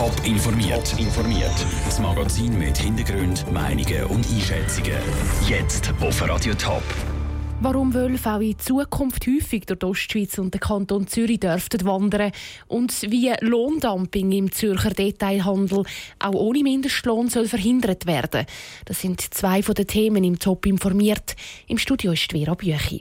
Top informiert. Das Magazin mit Hintergrund, Meinungen und Einschätzungen. Jetzt auf Radio Top. Warum Wölfe auch in Zukunft häufig durch die Ostschweiz und den Kanton Zürich dürften wandern und wie Lohndumping im Zürcher Detailhandel auch ohne Mindestlohn soll verhindert werden. Das sind zwei von den Themen im Top informiert. Im Studio ist Vera Büchi.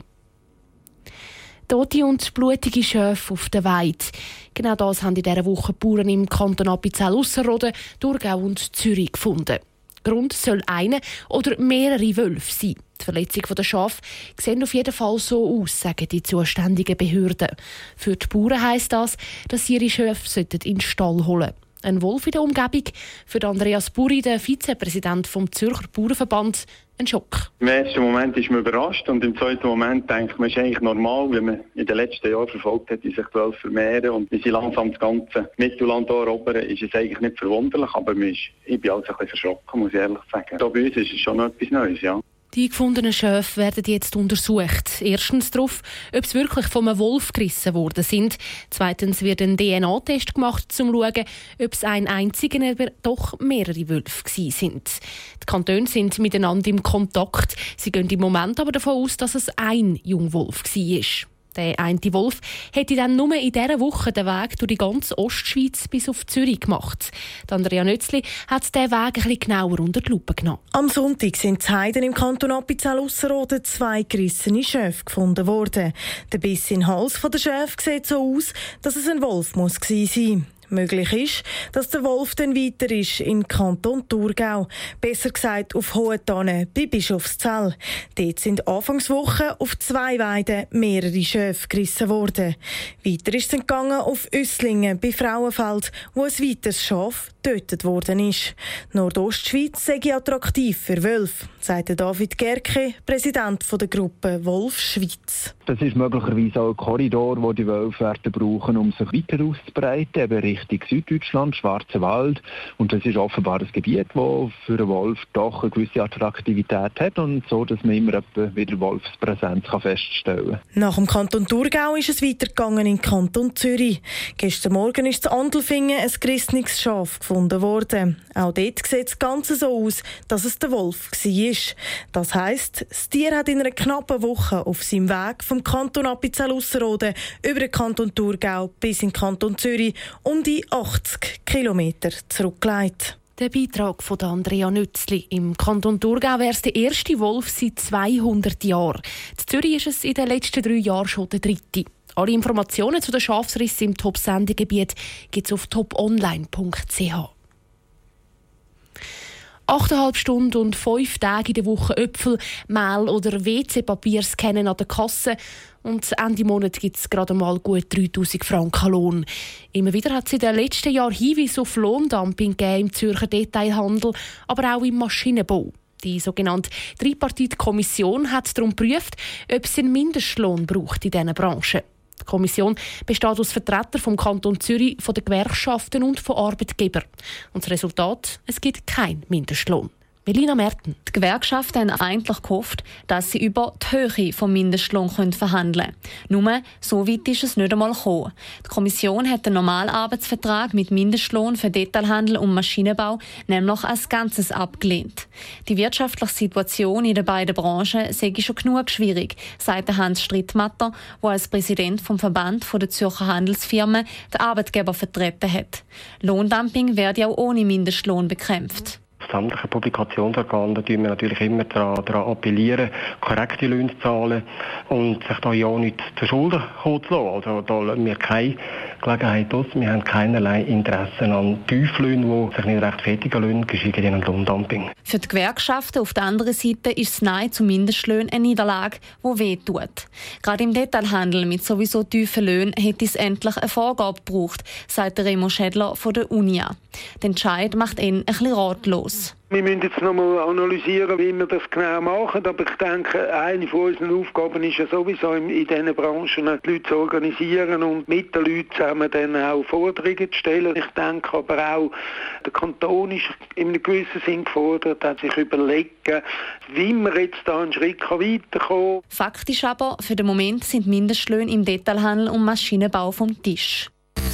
Tote und blutige Schöfe auf der Weide. Genau das haben in dieser Woche die Bauern im Kanton Appenzell-Ausserrhoden, Thurgau und Zürich gefunden. Grund soll eine oder mehrere Wölfe sein. Die Verletzung der Schafe sehen auf jeden Fall so aus, sagen die zuständigen Behörden. Für die Bauern heisst das, dass sie ihre Schafe in den Stall holen sollten. Ein Wolf in der Umgebung, für Andreas Buri, der Vizepräsident vom Zürcher Bauernverband, ein Schock. Im ersten Moment ist man überrascht und im zweiten Moment denkt man, es ist eigentlich normal, wie man in den letzten Jahren verfolgt hat, wie sich die Wölfe vermehren und wie sie langsam das ganze Mittelland erobern, ist es eigentlich nicht verwunderlich, aber ich bin also ein bisschen verschrocken, muss ich ehrlich sagen. Da bei uns ist es schon noch etwas Neues, ja. Die gefundenen Schöfe werden jetzt untersucht. Erstens darauf, ob sie wirklich von einem Wolf gerissen worden sind. Zweitens wird ein DNA-Test gemacht, um zu schauen, ob es ein einziger oder doch mehrere Wölfe waren. Die Kantone sind miteinander im Kontakt. Sie gehen im Moment aber davon aus, dass es ein Jungwolf war. Der eine Wolf hätte dann nur in dieser Woche den Weg durch die ganze Ostschweiz bis auf Zürich gemacht. Andrea Nötzli hat diesen Weg ein bisschen genauer unter die Lupe genommen. Am Sonntag sind in Heiden im Kanton Appenzell-Ausserrhoden 2 gerissene Schöfe gefunden worden. Der Biss in den Hals der Schöfe sieht so aus, dass es ein Wolf muss gewesen sein. Möglich ist, dass der Wolf dann weiter ist in Kanton Thurgau. Besser gesagt auf Hohentanne bei Bischofszell. Dort sind Anfangswoche auf 2 Weiden mehrere Schöfe gerissen worden. Weiter ist es gegangen auf Üsslingen bei Frauenfeld, wo ein weiteres Schaf getötet worden ist. Nordostschweiz sei attraktiv für Wölfe, sagte David Gerke, Präsident der Gruppe Wolf Schweiz. Das ist möglicherweise auch ein Korridor, den die Wölfe werden brauchen, um sich weiter auszubreiten, eben Richtung Süddeutschland, Schwarzer Wald. Und das ist offenbar ein Gebiet, das für einen Wolf doch eine gewisse Attraktivität hat und so, dass man immer wieder Wolfspräsenz feststellen kann. Nach dem Kanton Thurgau ist es weitergegangen in Kanton Zürich. Gestern Morgen ist in Andelfingen ein gerissenes Schaf gefunden worden. Auch dort sieht das Ganze so aus, dass es der Wolf war. Das heisst, das Tier hat in einer knappen Woche auf seinem Weg vom Kanton Appenzell-Ausserrhoden über den Kanton Thurgau bis in den Kanton Zürich um die 80 Kilometer zurückgelegt. Der Beitrag von Andrea Nützli. Im Kanton Thurgau wäre es der erste Wolf seit 200 Jahren. In Zürich ist es in den letzten 3 Jahren schon der 3. Alle Informationen zu den Schafsrissen im Top-Sendegebiet gibt es auf toponline.ch. 8,5 Stunden und 5 Tage in der Woche Äpfel, Mehl oder WC-Papier scannen an der Kasse. Und Ende Monat gibt es gerade mal gut 3'000 Franken Lohn. Immer wieder hat es in den letzten Jahren Hinweise auf Lohndumping gegeben im Zürcher Detailhandel, aber auch im Maschinenbau. Die sogenannte Tripartite-Kommission hat darum geprüft, ob es einen Mindestlohn braucht in diesen Branchen. Die Kommission besteht aus Vertretern vom Kanton Zürich, von den Gewerkschaften und von Arbeitgebern. Und das Resultat? Es gibt keinen Mindestlohn. Melina Merten. Die Gewerkschaften haben eigentlich gehofft, dass sie über die Höhe des Mindestlohns verhandeln können. Nur so weit ist es nicht einmal gekommen. Die Kommission hat den Normalarbeitsvertrag mit Mindestlohn für Detailhandel und Maschinenbau nämlich als Ganzes abgelehnt. Die wirtschaftliche Situation in den beiden Branchen sei schon genug schwierig, sagt Hans Strittmatter, der als Präsident vom Verband der Zürcher Handelsfirmen den Arbeitgeber vertreten hat. Lohndumping werde auch ohne Mindestlohn bekämpft. Sämtliche Publikationsorgane, da tun wir natürlich immer daran appellieren, korrekte Löhne zu zahlen und sich da ja nicht zu Schulden kommen zu lassen. Also da lassen wir keine Gelegenheit aus. Wir haben keinerlei Interesse an Tieflöhnen, die sich nicht rechtfertigen lassen, geschweige denn an Lohndumping. Für die Gewerkschaften auf der anderen Seite ist das Nein zu Mindestlöhnen eine Niederlage, die wehtut. Gerade im Detailhandel mit sowieso tiefen Löhnen hätte es endlich eine Vorgabe gebraucht, sagt Remo Schädler von der Unia. Der Entscheid macht ihn ein bisschen ratlos. Wir müssen jetzt noch mal analysieren, wie wir das genau machen. Aber ich denke, eine von unseren Aufgaben ist ja sowieso in diesen Branchen, die Leute zu organisieren und mit den Leuten zusammen dann auch Forderungen zu stellen. Ich denke aber auch, der Kanton ist in einem gewissen Sinn gefordert, hat sich überlegen, wie wir jetzt da einen Schritt weiterkommen. Faktisch aber, für den Moment sind Mindestlöhne im Detailhandel und Maschinenbau vom Tisch.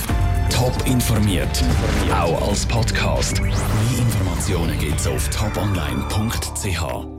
Top informiert, auch als Podcast. Mehr Informationen gibt's auf toponline.ch.